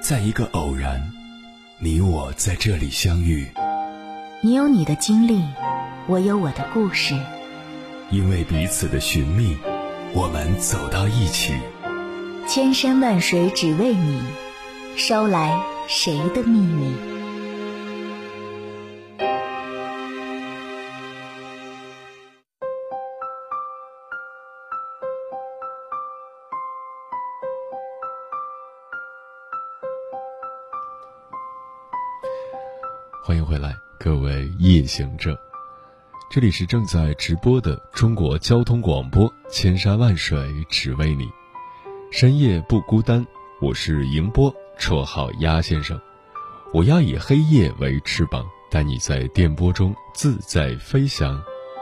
在一个偶然，你我在这里相遇。 你有你的经历，我有我的故事。 因为彼此的寻觅，我们走到一起。 千山万水只为你，捎来谁的秘密？ 欢迎回来，各位夜行者，这里是正在直播的中国交通广播，千山万水只为你，深夜不孤单。我是迎波，绰号鸭先生。我要以黑夜为翅膀，带你在电波中自在飞翔。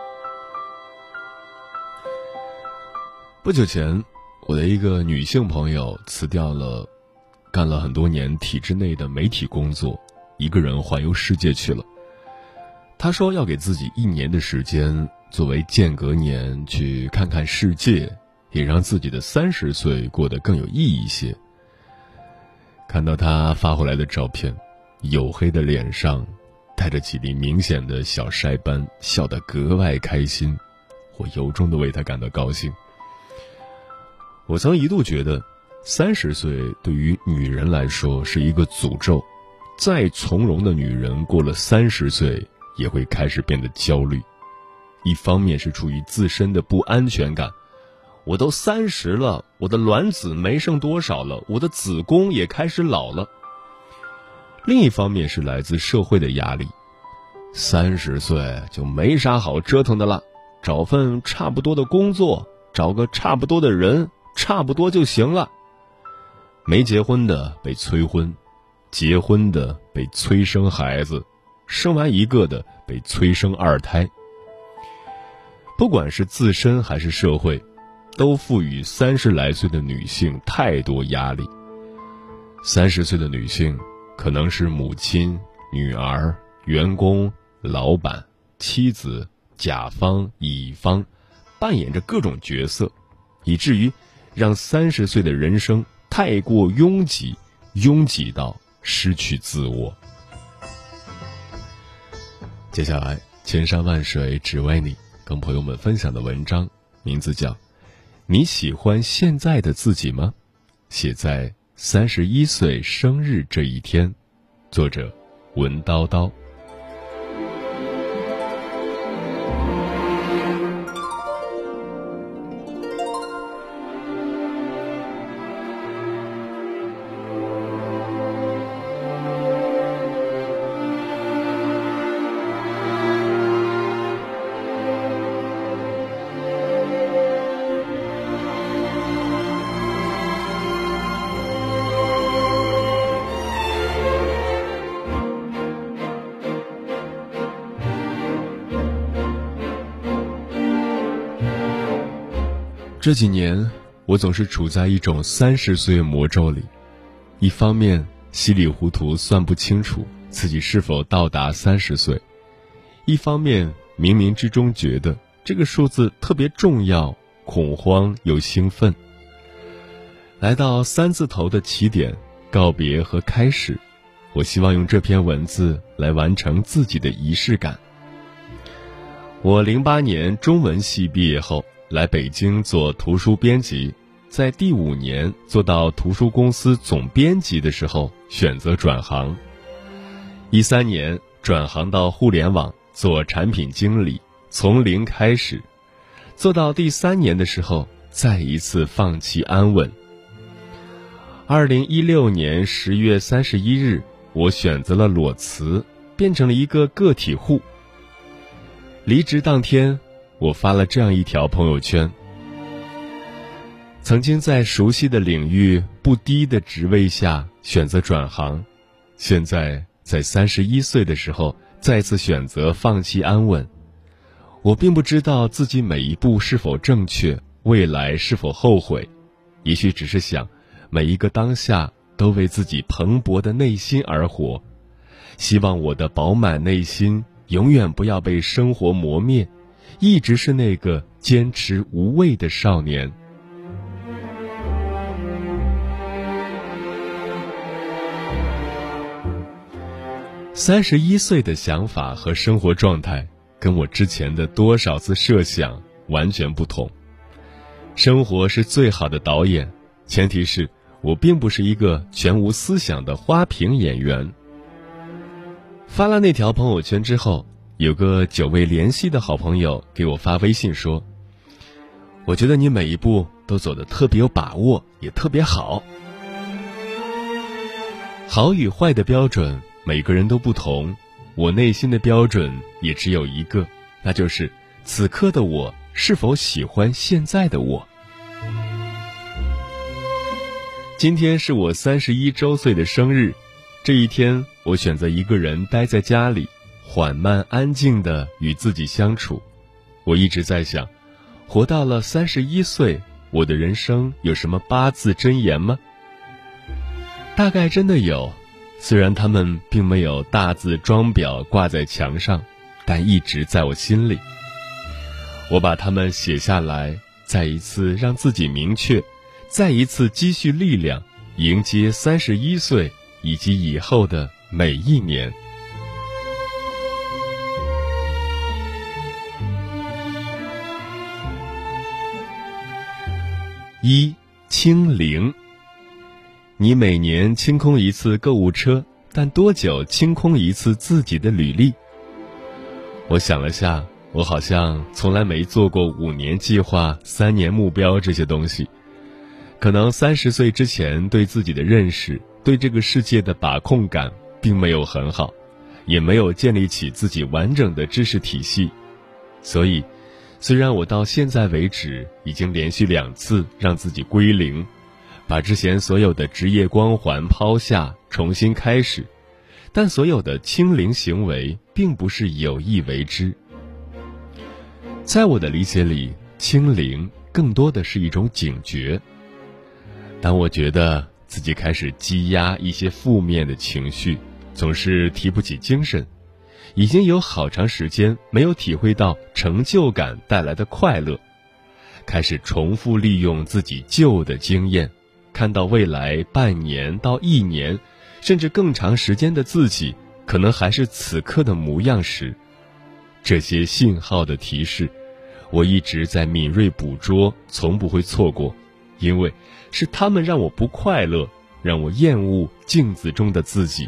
不久前，我的一个女性朋友辞掉了干了很多年体制内的媒体工作，一个人环游世界去了。他说要给自己1年的时间作为间隔年，去看看世界，也让自己的30岁过得更有意义一些。看到他发回来的照片，黝黑的脸上带着几粒明显的小晒斑，笑得格外开心，我由衷地为他感到高兴。我曾一度觉得30岁对于女人来说是一个诅咒，再从容的女人过了30岁也会开始变得焦虑。一方面是出于自身的不安全感，我都30了，我的卵子没剩多少了，我的子宫也开始老了。另一方面是来自社会的压力，30岁就没啥好折腾的了，找份差不多的工作，找个差不多的人，差不多就行了。没结婚的被催婚，结婚的被催生孩子，生完一个的被催生2胎。不管是自身还是社会，都赋予30来岁的女性太多压力。30岁的女性可能是母亲、女儿、员工、老板、妻子、甲方、乙方，扮演着各种角色，以至于让30岁的人生太过拥挤，拥挤到失去自我。接下来，千山万水只为你，跟朋友们分享的文章名字叫《你喜欢现在的自己吗？》写在31岁生日这一天，作者文叨叨。这几年，我总是处在一种30岁魔咒里，一方面稀里糊涂算不清楚自己是否到达30岁，一方面冥冥之中觉得这个数字特别重要，恐慌又兴奋。来到3字头的起点，告别和开始，我希望用这篇文字来完成自己的仪式感。我08年中文系毕业后来北京做图书编辑，在第5年做到图书公司总编辑的时候选择转行。13年转行到互联网做产品经理，从零开始，做到第3年的时候再一次放弃安稳。2016年10月31日，我选择了裸辞，变成了一个个体户。离职当天，我发了这样一条朋友圈：曾经在熟悉的领域不低的职位下选择转行，现在在31岁的时候再次选择放弃安稳。我并不知道自己每一步是否正确，未来是否后悔，也许只是想每一个当下都为自己蓬勃的内心而活，希望我的饱满内心永远不要被生活磨灭，一直是那个坚持无畏的少年。 31岁的想法和生活状态跟我之前的多少次设想完全不同。生活是最好的导演，前提是我并不是一个全无思想的花瓶演员。发了那条朋友圈之后，有个久未联系的好朋友给我发微信说，我觉得你每一步都走得特别有把握，也特别好。好与坏的标准每个人都不同，我内心的标准也只有一个，那就是此刻的我是否喜欢现在的我。今天是我31周岁的生日，这一天我选择一个人待在家里，缓慢安静地与自己相处。我一直在想，活到了31岁，我的人生有什么8字真言吗？大概真的有，虽然他们并没有大字装裱挂在墙上，但一直在我心里。我把它们写下来，再一次让自己明确，再一次积蓄力量，迎接31岁以及以后的每一年。1. 清零。你每年清空一次购物车，但多久清空一次自己的履历？我想了下，我好像从来没做过5年计划、3年目标这些东西。可能30岁之前对自己的认识，对这个世界的把控感并没有很好，也没有建立起自己完整的知识体系。所以，虽然我到现在为止已经连续2次让自己归零，把之前所有的职业光环抛下，重新开始，但所有的清零行为并不是有意为之。在我的理解里，清零更多的是一种警觉。当我觉得自己开始积压一些负面的情绪，总是提不起精神，已经有好长时间没有体会到成就感带来的快乐，开始重复利用自己旧的经验，看到未来半年到1年，甚至更长时间的自己，可能还是此刻的模样时，这些信号的提示，我一直在敏锐捕捉，从不会错过，因为是他们让我不快乐，让我厌恶镜子中的自己。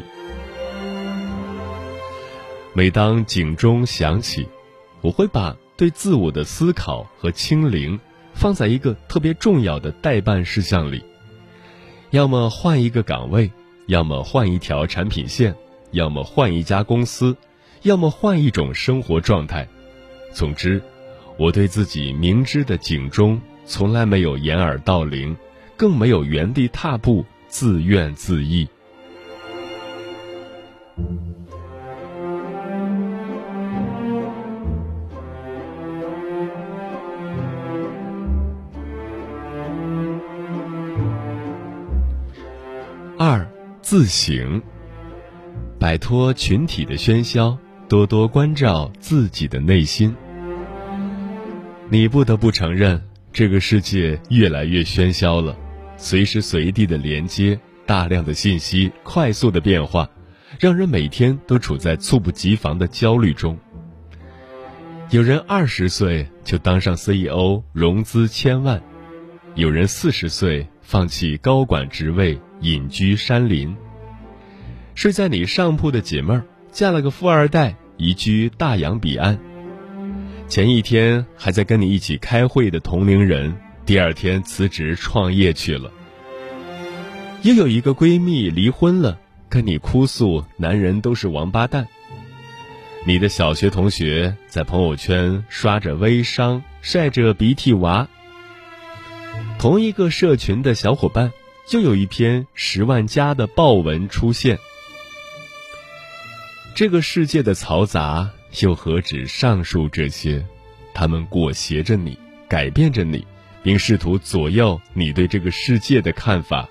每当警钟响起，我会把对自我的思考和清零放在一个特别重要的待办事项里，要么换一个岗位，要么换一条产品线，要么换一家公司，要么换一种生活状态。总之，我对自己明知的警钟从来没有掩耳盗铃，更没有原地踏步，自怨自艾。2. 自省。摆脱群体的喧嚣，多多关照自己的内心。你不得不承认，这个世界越来越喧嚣了，随时随地的连接，大量的信息，快速的变化，让人每天都处在猝不及防的焦虑中。有人20岁就当上 CEO， 融资1000万；有人40岁放弃高管职位，隐居山林。睡在你上铺的姐妹儿，嫁了个富二代，移居大洋彼岸。前一天还在跟你一起开会的同龄人，第2天辞职创业去了。又有一个闺蜜离婚了，跟你哭诉男人都是王八蛋。你的小学同学在朋友圈刷着微商，晒着鼻涕娃。同一个社群的小伙伴，又有一篇10万加的爆文出现。这个世界的嘈杂又何止上述这些，它们裹挟着你，改变着你，并试图左右你对这个世界的看法。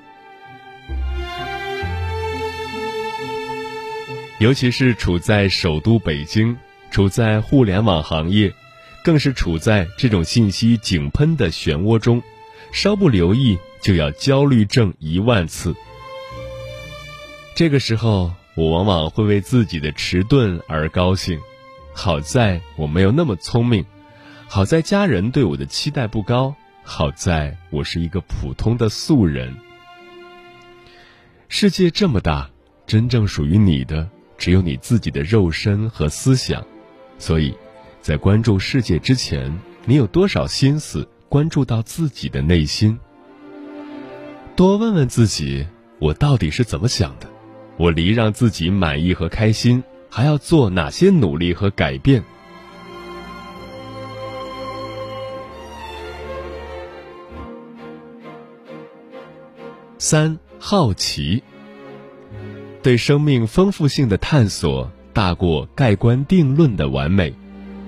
尤其是处在首都北京，处在互联网行业，更是处在这种信息井喷的漩涡中，稍不留意就要焦虑症10000次。这个时候， 我往往会为自己的迟钝而高兴，好在我没有那么聪明，好在家人对我的期待不高，好在我是一个普通的素人。世界这么大，真正属于你的只有你自己的肉身和思想，所以在关注世界之前，你有多少心思关注到自己的内心？多问问自己，我到底是怎么想的？我离让自己满意和开心，还要做哪些努力和改变？3. 好奇。对生命丰富性的探索大过盖棺定论的完美。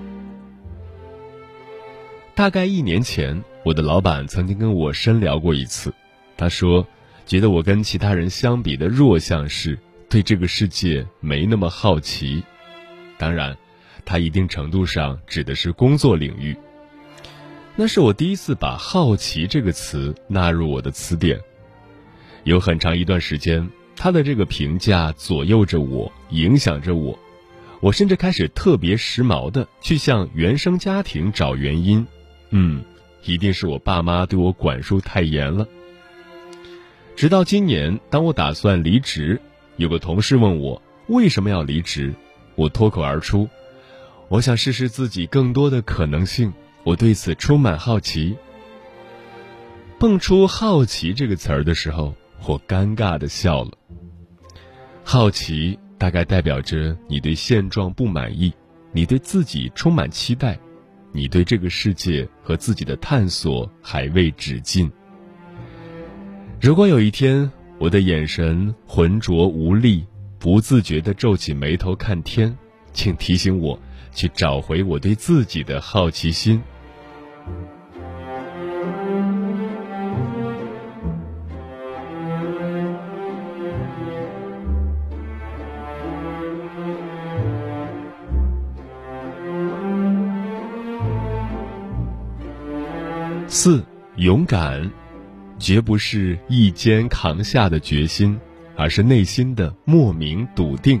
大概1年前，我的老板曾经跟我深聊过一次，他说觉得我跟其他人相比的弱项是对这个世界没那么好奇。当然，他一定程度上指的是工作领域。那是我第一次把好奇这个词纳入我的词典。有很长一段时间，他的这个评价左右着我，影响着我。我甚至开始特别时髦的去向原生家庭找原因。一定是我爸妈对我管束太严了。直到今年，当我打算离职，有个同事问我为什么要离职，我脱口而出，我想试试自己更多的可能性，我对此充满好奇。蹦出好奇这个词儿的时候，我尴尬地笑了。好奇大概代表着你对现状不满意，你对自己充满期待，你对这个世界和自己的探索还未止境。如果有一天我的眼神浑浊无力，不自觉地皱起眉头看天，请提醒我去找回我对自己的好奇心。4. 勇敢，绝不是一肩扛下的决心，而是内心的莫名笃定。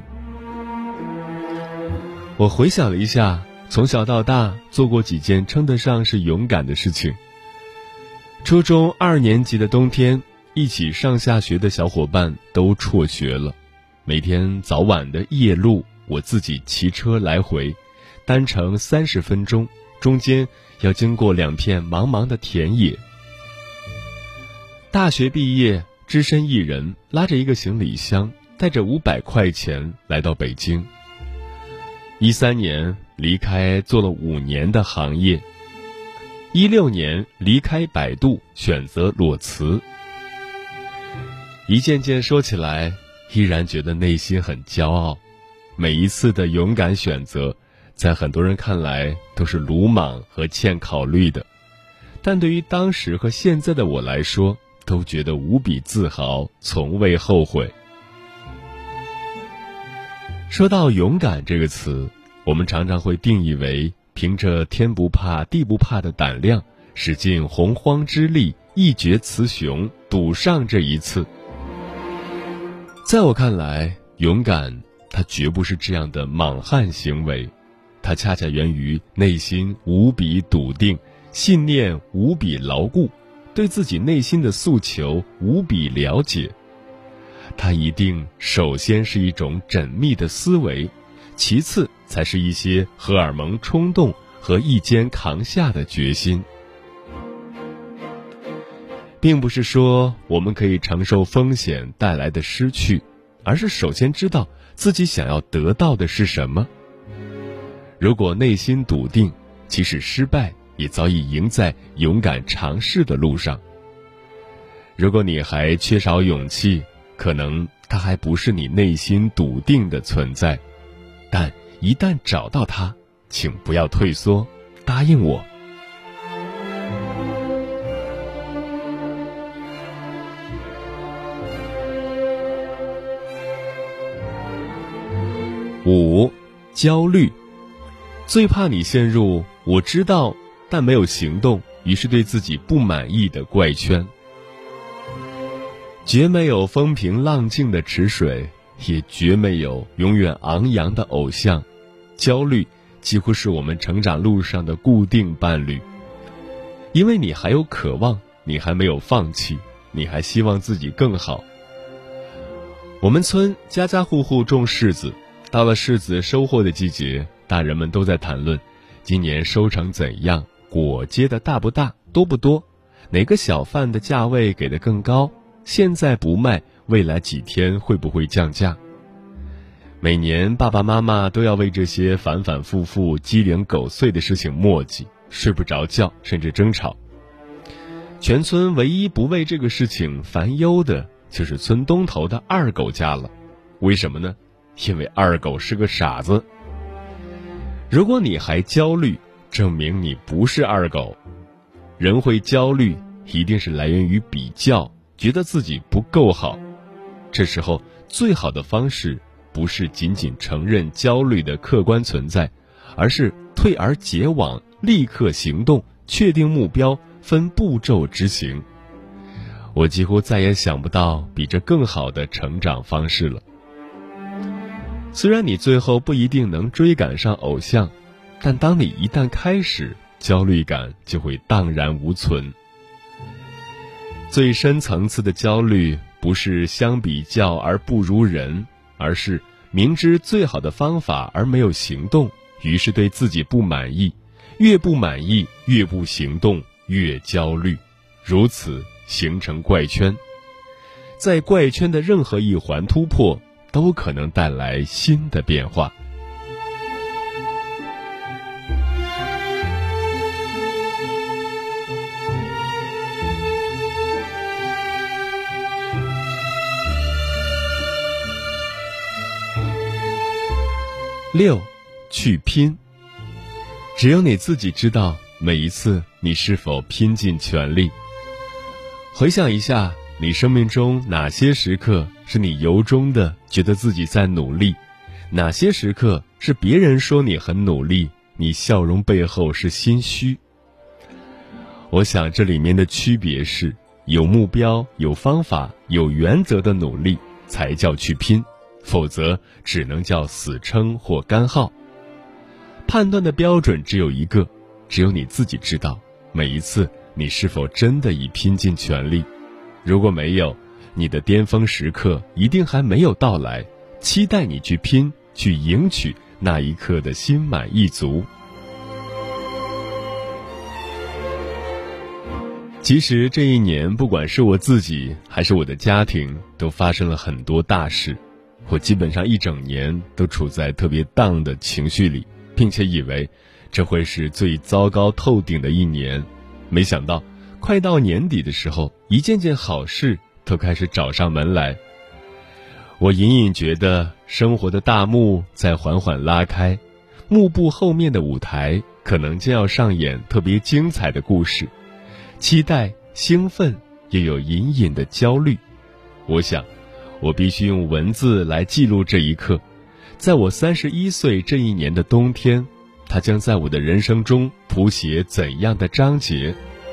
我回想了一下，从小到大做过几件称得上是勇敢的事情。初中2年级的冬天，一起上下学的小伙伴都辍学了，每天早晚的夜路，我自己骑车来回，单程30分钟，中间要经过2片茫茫的田野。大学毕业，只身一人，拉着一个行李箱，带着500块钱来到北京。13年离开做了5年的行业，16年离开百度，选择裸辞。一件件说起来，依然觉得内心很骄傲。每一次的勇敢选择，在很多人看来都是鲁莽和欠考虑的，但对于当时和现在的我来说，都觉得无比自豪，从未后悔。说到勇敢这个词，我们常常会定义为凭着天不怕地不怕的胆量，使尽洪荒之力，一决雌雄，赌上这一次。在我看来，勇敢它绝不是这样的莽汉行为，它恰恰源于内心无比笃定，信念无比牢固，对自己内心的诉求无比了解。它一定首先是一种缜密的思维，其次才是一些荷尔蒙冲动和一肩扛下的决心。并不是说我们可以承受风险带来的失去，而是首先知道自己想要得到的是什么。如果内心笃定，即使失败也早已赢在勇敢尝试的路上。如果你还缺少勇气，可能它还不是你内心笃定的存在，但一旦找到它，请不要退缩，答应我。5. 焦虑，最怕你陷入我知道但没有行动，于是对自己不满意的怪圈。绝没有风平浪静的池水， 也绝没有永远昂扬的偶像。焦虑几乎是我们成长路上的固定伴侣，因为你还有渴望，你还没有放弃，你还希望自己更好。我们村家家户户种柿子，到了柿子收获的季节，大人们都在谈论今年收成怎样，果结的大不大，多不多，哪个小贩的价位给得更高，现在不卖，未来几天会不会降价。每年爸爸妈妈都要为这些反反复复鸡零狗碎的事情磨叽，睡不着觉，甚至争吵。全村唯一不为这个事情烦忧的就是村东头的二狗家了。为什么呢？因为二狗是个傻子。如果你还焦虑，证明你不是二狗。人会焦虑，一定是来源于比较，觉得自己不够好。这时候最好的方式不是仅仅承认焦虑的客观存在，而是退而结网，立刻行动，确定目标，分步骤执行。我几乎再也想不到比这更好的成长方式了。虽然你最后不一定能追赶上偶像，但当你一旦开始，焦虑感就会荡然无存。最深层次的焦虑不是相比较而不如人，而是明知最好的方法而没有行动，于是对自己不满意，越不满意越不行动，越焦虑，如此形成怪圈。在怪圈的任何一环突破，都可能带来新的变化。6. 去拼。只有你自己知道每一次你是否拼尽全力。回想一下，你生命中哪些时刻是你由衷的觉得自己在努力，哪些时刻是别人说你很努力，你笑容背后是心虚。我想这里面的区别是，有目标、有方法、有原则的努力才叫去拼，否则只能叫死撑或干耗。判断的标准只有一个，只有你自己知道，每一次你是否真的已拼尽全力。如果没有，你的巅峰时刻一定还没有到来，期待你去拼，去赢取那一刻的心满意足。其实这一年，不管是我自己还是我的家庭，都发生了很多大事。我基本上一整年都处在特别down的情绪里，并且以为这会是最糟糕透顶的一年。没想到快到年底的时候，一件件好事都开始找上门来。我隐隐觉得生活的大幕在缓缓拉开，幕布后面的舞台可能将要上演特别精彩的故事。期待、兴奋，也有隐隐的焦虑。我想我必须用文字来记录这一刻。在我31岁这一年的冬天，它将在我的人生中谱写怎样的章节？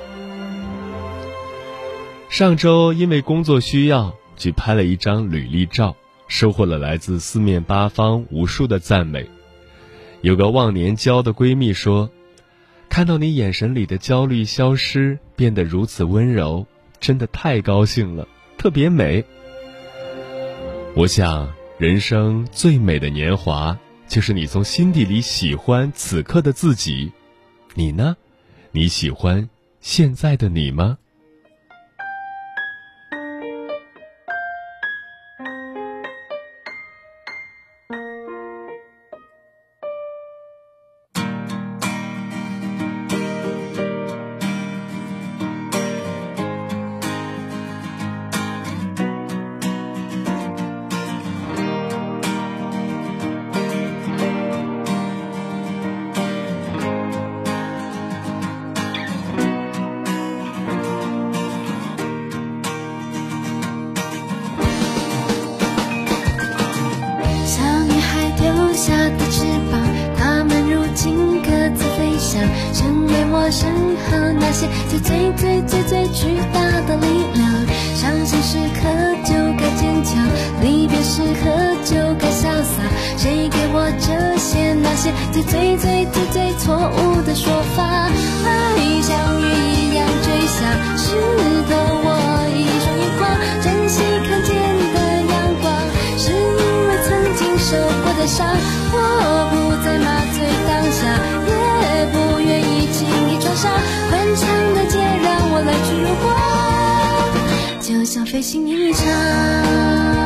上周因为工作需要，去拍了一张履历照，收获了来自四面八方无数的赞美。有个忘年交的闺蜜说，看到你眼神里的焦虑消失，变得如此温柔，真的太高兴了，特别美。我想人生最美的年华，就是你从心底里喜欢此刻的自己。你呢？你喜欢现在的你吗？ 成为我身后那些最巨大的力量。伤心时刻就该坚强，离别时刻些最最最最最错误的说法。爱像雨一样坠下，湿的我一双眼眶，珍惜看见的阳光，是因为曾经受过的伤。我不再麻醉当下，也不愿意轻易撞上宽敞的街，让我来去如火，就像飞行一场。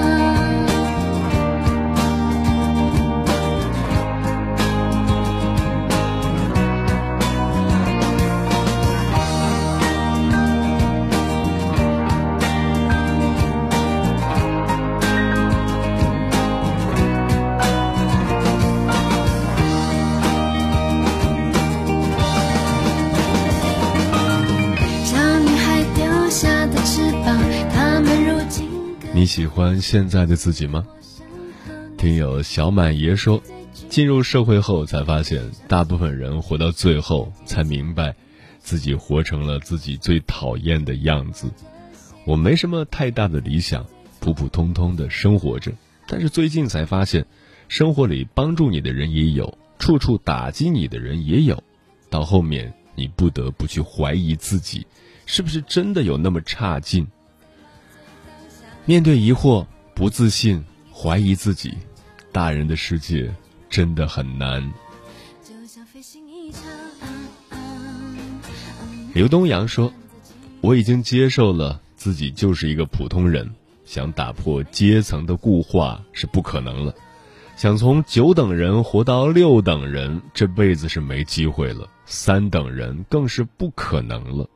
你喜欢现在的自己吗？听友小满爷说，进入社会后才发现，大部分人活到最后才明白自己活成了自己最讨厌的样子。我没什么太大的理想，普普通通的生活着，但是最近才发现，生活里帮助你的人也有，处处打击你的人也有，到后面你不得不去怀疑自己是不是真的有那么差劲。面对疑惑、不自信、怀疑自己，大人的世界真的很难。刘东阳说，我已经接受了自己就是一个普通人，想打破阶层的固化是不可能了，想从9等人活到6等人，这辈子是没机会了，3等人更是不可能了。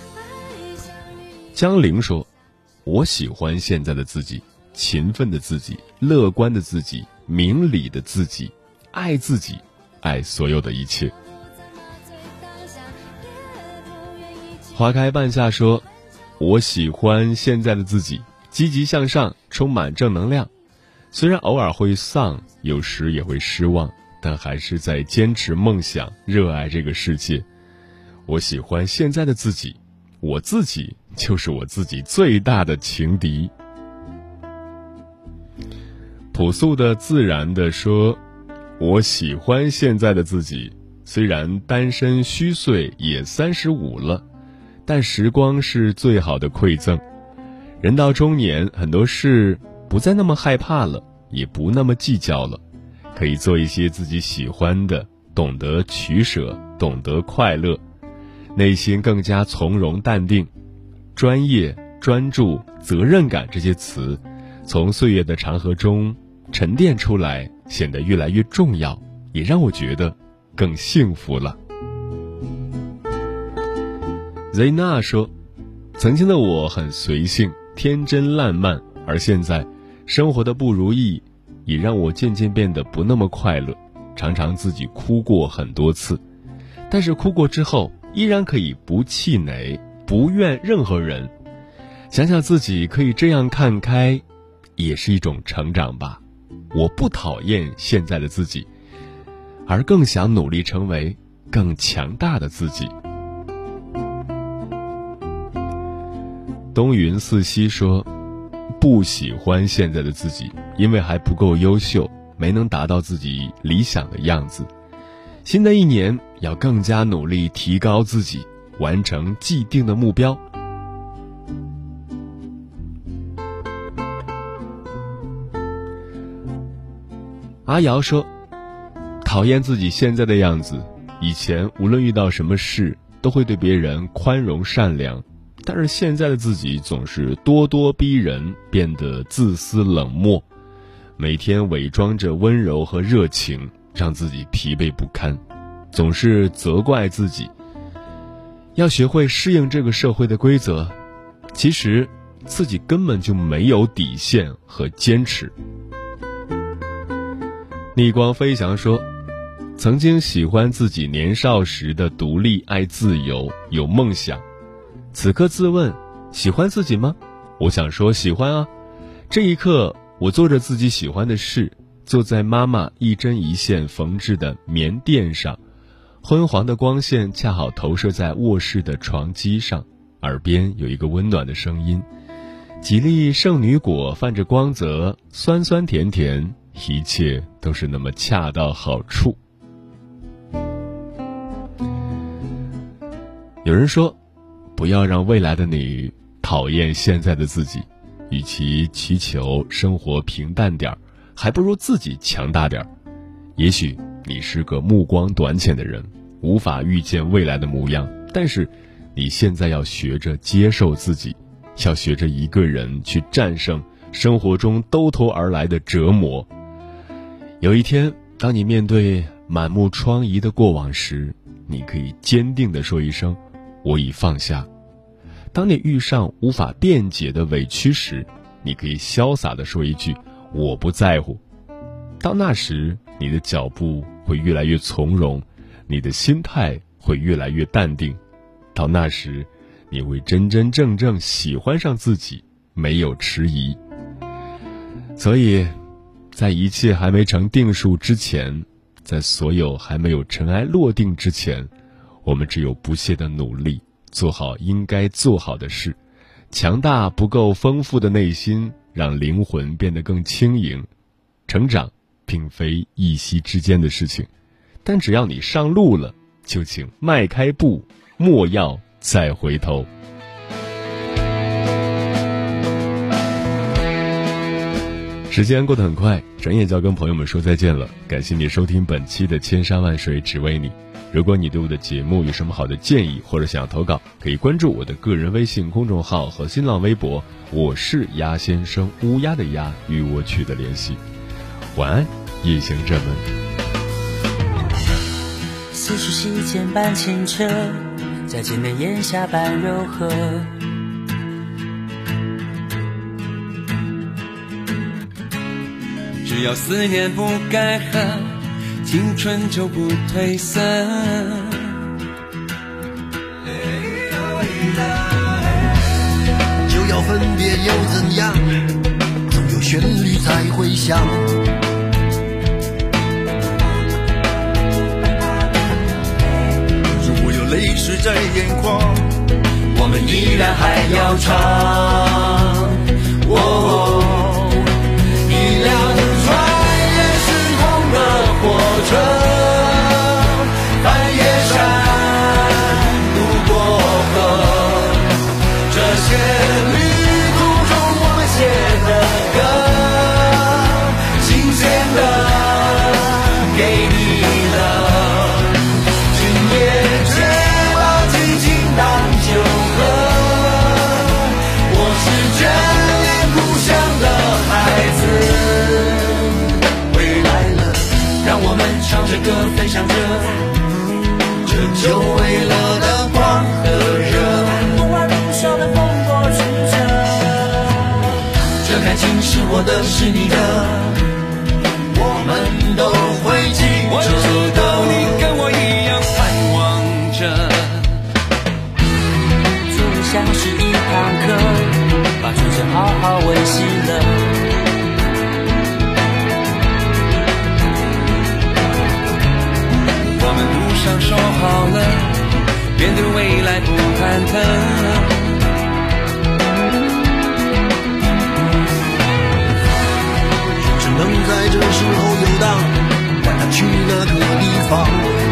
江玲说，我喜欢现在的自己，勤奋的自己，乐观的自己，明理的自己，爱自己，爱所有的一切。花开半夏说，我喜欢现在的自己，积极向上，充满正能量，虽然偶尔会丧，有时也会失望，但还是在坚持梦想，热爱这个世界。我喜欢现在的自己，我自己就是我自己最大的情敌。朴素的自然的说，我喜欢现在的自己，虽然单身虚岁也35了，但时光是最好的馈赠。人到中年，很多事不再那么害怕了，也不那么计较了，可以做一些自己喜欢的，懂得取舍，懂得快乐，内心更加从容淡定。专业、专注、责任感这些词，从岁月的长河中沉淀出来，显得越来越重要，也让我觉得更幸福了。Zena 说，曾经的我很随性、天真烂漫，而现在生活的不如意也让我渐渐变得不那么快乐，常常自己哭过很多次，但是哭过之后依然可以不气馁，不怨任何人。想想自己可以这样看开，也是一种成长吧。我不讨厌现在的自己，而更想努力成为更强大的自己。东云四溪说，不喜欢现在的自己，因为还不够优秀，没能达到自己理想的样子。新的一年要更加努力提高自己，完成既定的目标。阿瑶说，讨厌自己现在的样子，以前无论遇到什么事都会对别人宽容善良，但是现在的自己总是咄咄逼人，变得自私冷漠，每天伪装着温柔和热情，让自己疲惫不堪，总是责怪自己。要学会适应这个社会的规则，其实自己根本就没有底线和坚持。逆光飞翔说，曾经喜欢自己年少时的独立、爱自由、有梦想，此刻自问，喜欢自己吗？我想说喜欢啊。这一刻，我做着自己喜欢的事，坐在妈妈一针一线缝制的棉垫上，昏黄的光线恰好投射在卧室的床基上，耳边有一个温暖的声音，几粒圣女果泛着光泽，酸酸甜甜，一切都是那么恰到好处。 有人说，不要让未来的你讨厌现在的自己，与其祈求生活平淡点儿，还不如自己强大点儿。也许你是个目光短浅的人，无法预见未来的模样，但是你现在要学着接受自己，要学着一个人去战胜生活中兜头而来的折磨。有一天，当你面对满目疮痍的过往时，你可以坚定地说一声，我已放下。当你遇上无法辩解的委屈时，你可以潇洒地说一句，我不在乎。到那时，你的脚步会越来越从容，你的心态会越来越淡定。到那时，你会真真正正喜欢上自己，没有迟疑。所以，在一切还没成定数之前，在所有还没有尘埃落定之前，我们只有不懈的努力，做好应该做好的事。强大不够丰富的内心，让灵魂变得更轻盈。成长并非一夕之间的事情，但只要你上路了，就请迈开步，莫要再回头。时间过得很快，转眼就要跟朋友们说再见了。感谢你收听本期的千山万水只为你。如果你对我的节目有什么好的建议，或者想要投稿，可以关注我的个人微信公众号和新浪微博，我是鸭先生，乌鸦的鸭，与我取得联系。晚安，夜行者们。 思绪细间般清澈，在见面檐下般柔和。只要思念不改合，青春就不褪色。 就要分别又怎样，总有旋律在回响。如果有泪水在眼眶，我们依然还要唱。一辆穿越时空的火车，翻越山，渡过河，这些旅途中我们写的歌，新鲜的给你了。今夜却把激情当酒喝，我是眷恋故乡的孩子。让我们唱着歌，分享着这久违了的光和热。梦幻如笑的风波曲折，这感情是我的，是你的，我们都会记着。我知道你跟我一样盼望着，就像是一堂课，把春生好好温习了。我们路上说好了，面对未来不忐忑。只能在这时候游荡，管他去哪个地方。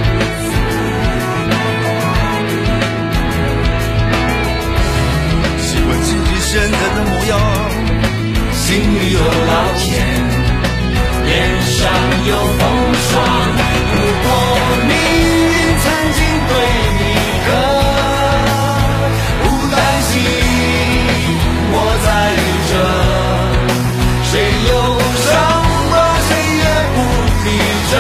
习惯自己现在的模样，心里有老茧，脸上有风霜。如果命运曾经对你歌，不担心，我在这，谁忧伤了谁也不逼着，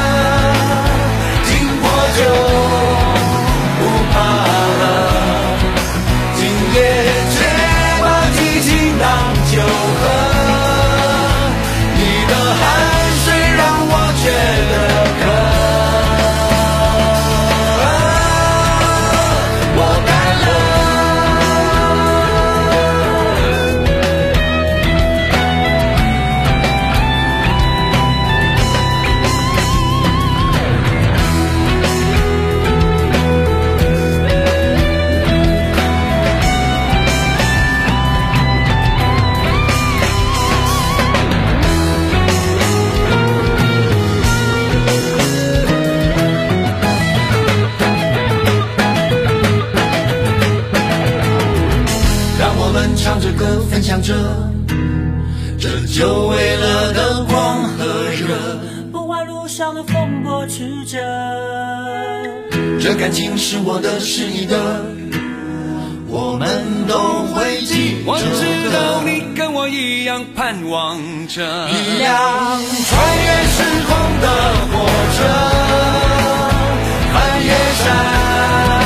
经过就不怕了。今夜却把激情当酒喝，你的汗水让我着，这就为了灯光和热。 不管路上的风波曲折， 这感情是我的，是你的，我们都会记着的。 我知道你跟我一样盼望着一辆穿越时空的火车，穿越山